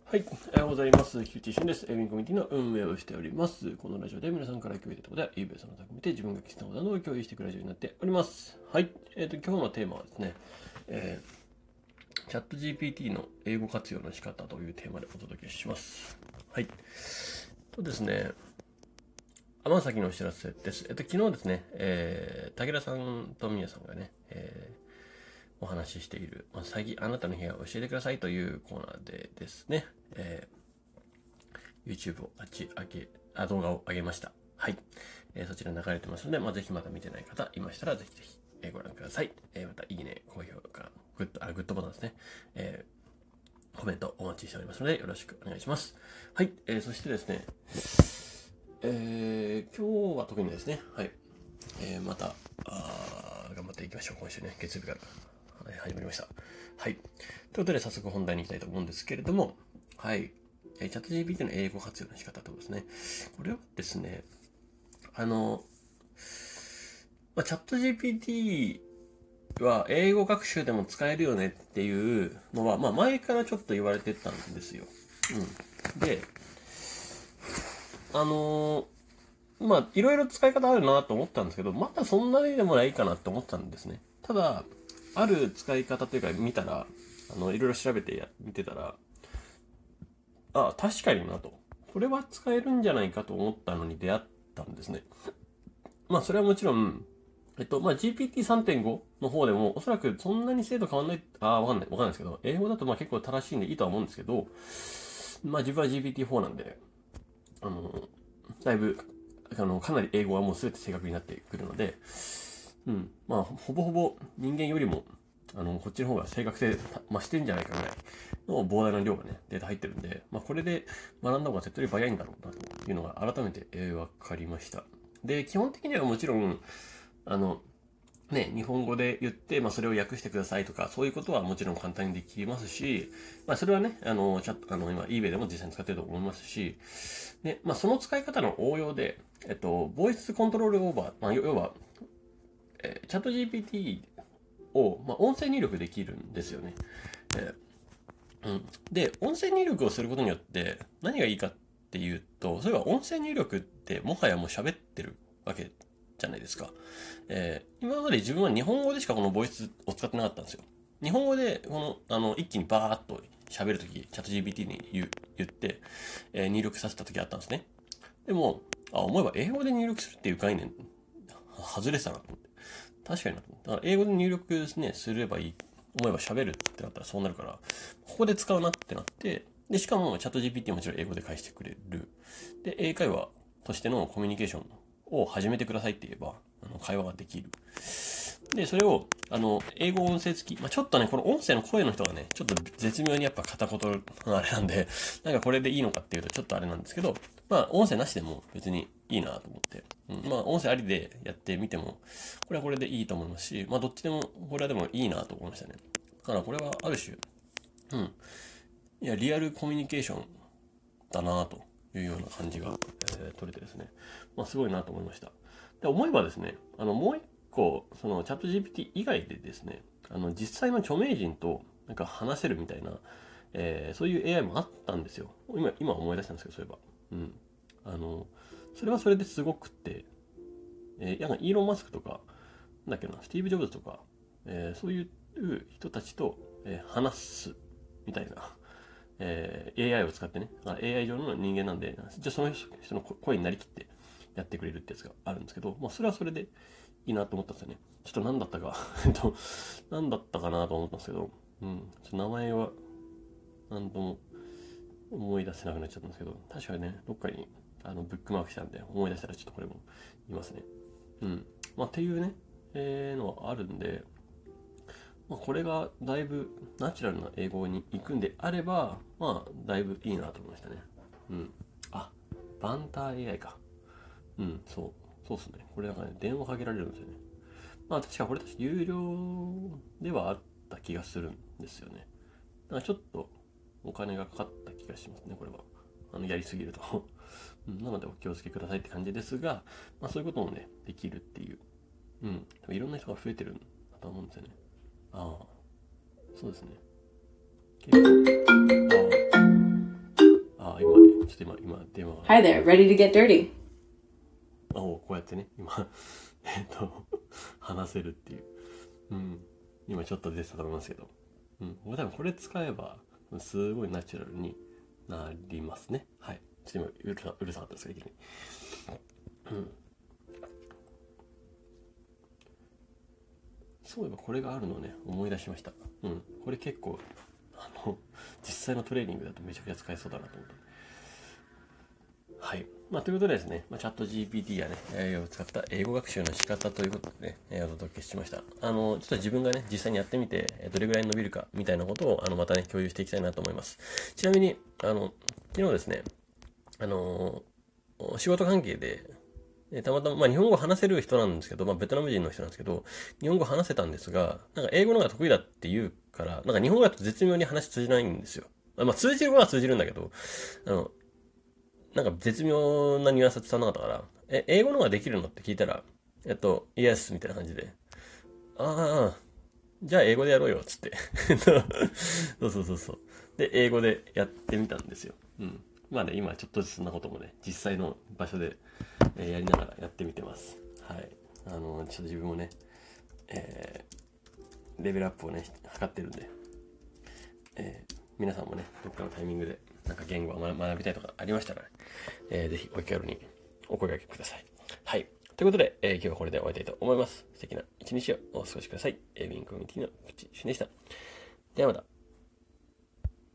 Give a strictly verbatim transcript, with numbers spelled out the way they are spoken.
はい、おはようございます。菊池俊です。エビンコミュニティの運営をしております。このラジオで皆さんから共有できたことや、eBay その先見て自分が聞きたことなどを共有していくラジオになっております。はい、えーと、今日のテーマはですね、えー、チャット ジーピーティー の英語活用の仕方というテーマでお届けします。はい。とですね、天崎のお知らせです。えっと、昨日ですね、えー、武田さんと宮さんがね、えーお話ししている、まあ、最近あなたの部屋を教えてくださいというコーナーでですね、えー、YouTube を立ち上げ、あ、動画を上げました。はい。えー、そちら流れてますので、まあ、ぜひまだ見てない方いましたら、ぜひぜひ、えー、ご覧ください。えー、また、いいね、高評価、グッド、あ、グッドボタンですね。えー、コメントお待ちしておりますので、よろしくお願いします。はい。えー、そしてですね、えー、今日は特にですね、はい。えー、また、あ頑張っていきましょう。今週ね、月曜日から。始まりました。はい。ということで、早速本題に行きたいと思うんですけれども、はい。チャット ジーピーティー の英語活用の仕方ということですね。これはですね、あの、まあ、チャット ジーピーティー は英語学習でも使えるよねっていうのは、まあ前からちょっと言われてたんですよ。うん。で、あのー、まあいろいろ使い方あるなと思ったんですけど、まだそんなにでもないかなって思ったんですね。ただ、ある使い方というか見たら、あの、いろいろ調べてや見てたら、あ、確かになと。これは使えるんじゃないかと思ったのに出会ったんですね。まあ、それはもちろん、えっと、まあ、ジーピーティースリーてんご の方でも、おそらくそんなに精度変わんない、あ、わかんない、わかんないですけど、英語だとまあ結構正しいんでいいとは思うんですけど、まあ自分は ジーピーティーフォー なんで、あの、だいぶ、あの、かなり英語はもう全て正確になってくるので、うん、まあ、ほぼほぼ人間よりも、あの、こっちの方が正確性増してんじゃないかぐらいの膨大な量がね、データ入ってるんで、まあ、これで学んだ方が絶対早いんだろうなというのが改めて、えー、分かりました。で、基本的にはもちろん、あの、ね、日本語で言って、まあ、それを訳してくださいとか、そういうことはもちろん簡単にできますし、まあ、それはね、あの、チャット、あの、今、eBay でも実際に使ってると思いますし、で、まあ、その使い方の応用で、えっと、ボイスコントロールオーバー、まあ、要は、えー、チャット ジーピーティー を、まあ、音声入力できるんですよね。えーうん、で、音声入力をすることによって何がいいかっていうと、それは音声入力ってもはやもう喋ってるわけじゃないですか。えー、今まで自分は日本語でしかこのボイスを使ってなかったんですよ。日本語でこの、あの、一気にバーっと喋るとき、チャット ジーピーティー に言言って、えー、入力させたときあったんですね。でも、あ、思えば英語で入力するっていう概念、外れてたなと思って。確かになと思って。だから英語で入力ね、すればいい。思えば喋るってなったらそうなるから、ここで使うなってなって、で、しかもチャット ジーピーティー もちろん英語で返してくれる。で、英会話としてのコミュニケーションを始めてくださいって言えば、あの会話ができる。で、それを、あの、英語音声付き。まあ、ちょっとね、この音声の声の人がね、ちょっと絶妙にやっぱ片言のあれなんで、なんかこれでいいのかっていうとちょっとあれなんですけど、まあ、音声なしでも別にいいなと思って。うん、まあ、音声ありでやってみても、これはこれでいいと思いますし、まあ、どっちでも、これはでもいいなと思いましたね。だからこれはある種、うん。いや、リアルコミュニケーションだなというような感じが、えー、取れてですね。まあ、すごいなと思いました。で、思えばですね、あの、もう一個、そのチャット ジーピーティー 以外でですね、あの、実際の著名人となんか話せるみたいな、えー、そういう エーアイ もあったんですよ。今、今思い出したんですけど、そういえば。うん。あの、それはそれですごくって、えー、なんかイーロン・マスクとか、なんだっけな、スティーブ・ジョブズとか、えー、そういう人たちと、えー、話すみたいな、えー、エーアイ を使ってね、エーアイ 上の人間なんで、じゃあその人の声になりきってやってくれるってやつがあるんですけど、まあそれはそれでいいなと思ったんですよね。ちょっと何だったかえっと、何だったかなと思ったんですけど、うん、ちょっと名前は何とも思い出せなくなっちゃったんですけど、確かにね、どっかにあのブックマークしたんで、思い出したらちょっとこれも言いますね。うん。まあっていうね、えー、のはあるんで、まあ、これがだいぶナチュラルな英語に行くんであれば、まあ、だいぶいいなと思いましたね。うん。あ、バンター エーアイ か。うん、そう。そうっすね。これなんかね、電話かけられるんですよね。まあ、確かこれ確か有料ではあった気がするんですよね。だからちょっとお金がかかった気がしますね、これは。あの、やりすぎると。うん、なのでお気をつけくださいって感じですが、まあそういうこともね、できるっていう。うん。でもいろんな人が増えてるんだと思うんですよね。ああ、そうですね。結構、ああ。 電話が。 Hi there, ready to get dirty? あ、こうやってね、今、えっと、話せるっていう。うん。今ちょっと出てたと思いますけど。うん。多分これ使えば、すごいナチュラルになりますね。はい。ちょっと今うるさ、うるさかったですか、いきなり。うん。そういえばこれがあるのをね、思い出しました。うん。これ結構、あの、実際のトレーニングだとめちゃくちゃ使えそうだなと思って。はい。まあ、ということでですね、まあ、チャット ジーピーティー やね、エーアイ を使った英語学習の仕方ということでね、えーお届けしました。あの、ちょっと自分がね、実際にやってみて、どれぐらい伸びるかみたいなことを、あの、またね、共有していきたいなと思います。ちなみに、あの、昨日ですね、あの、仕事関係で、えたまたま、まあ、日本語話せる人なんですけど、まあ、ベトナム人の人なんですけど、日本語話せたんですが、なんか英語の方が得意だって言うから、なんか日本語だと絶妙に話通じないんですよ。まあ、通じるのは通じるんだけど、あの、なんか絶妙なニュアンス伝わらなかったから、え、英語の方ができるのって聞いたら、えっと、イエスみたいな感じで、ああ、じゃあ英語でやろうよ、つって。そうそうそうそう。で、英語でやってみたんですよ。うん。まあね、今ちょっとずつそんなこともね、実際の場所で、えーやりながらやってみてます。はい。あの、ちょっと自分もね、えーレベルアップをね、測ってるんで、えー皆さんもね、どっかのタイミングで、なんか言語を学学びたいとかありましたら、えーぜひお気軽にお声掛けください。はい。ということで、えー今日はこれで終わりたいと思います。素敵な一日をお過ごしください。エービンコミュニティのプチシュンでした。ではまた。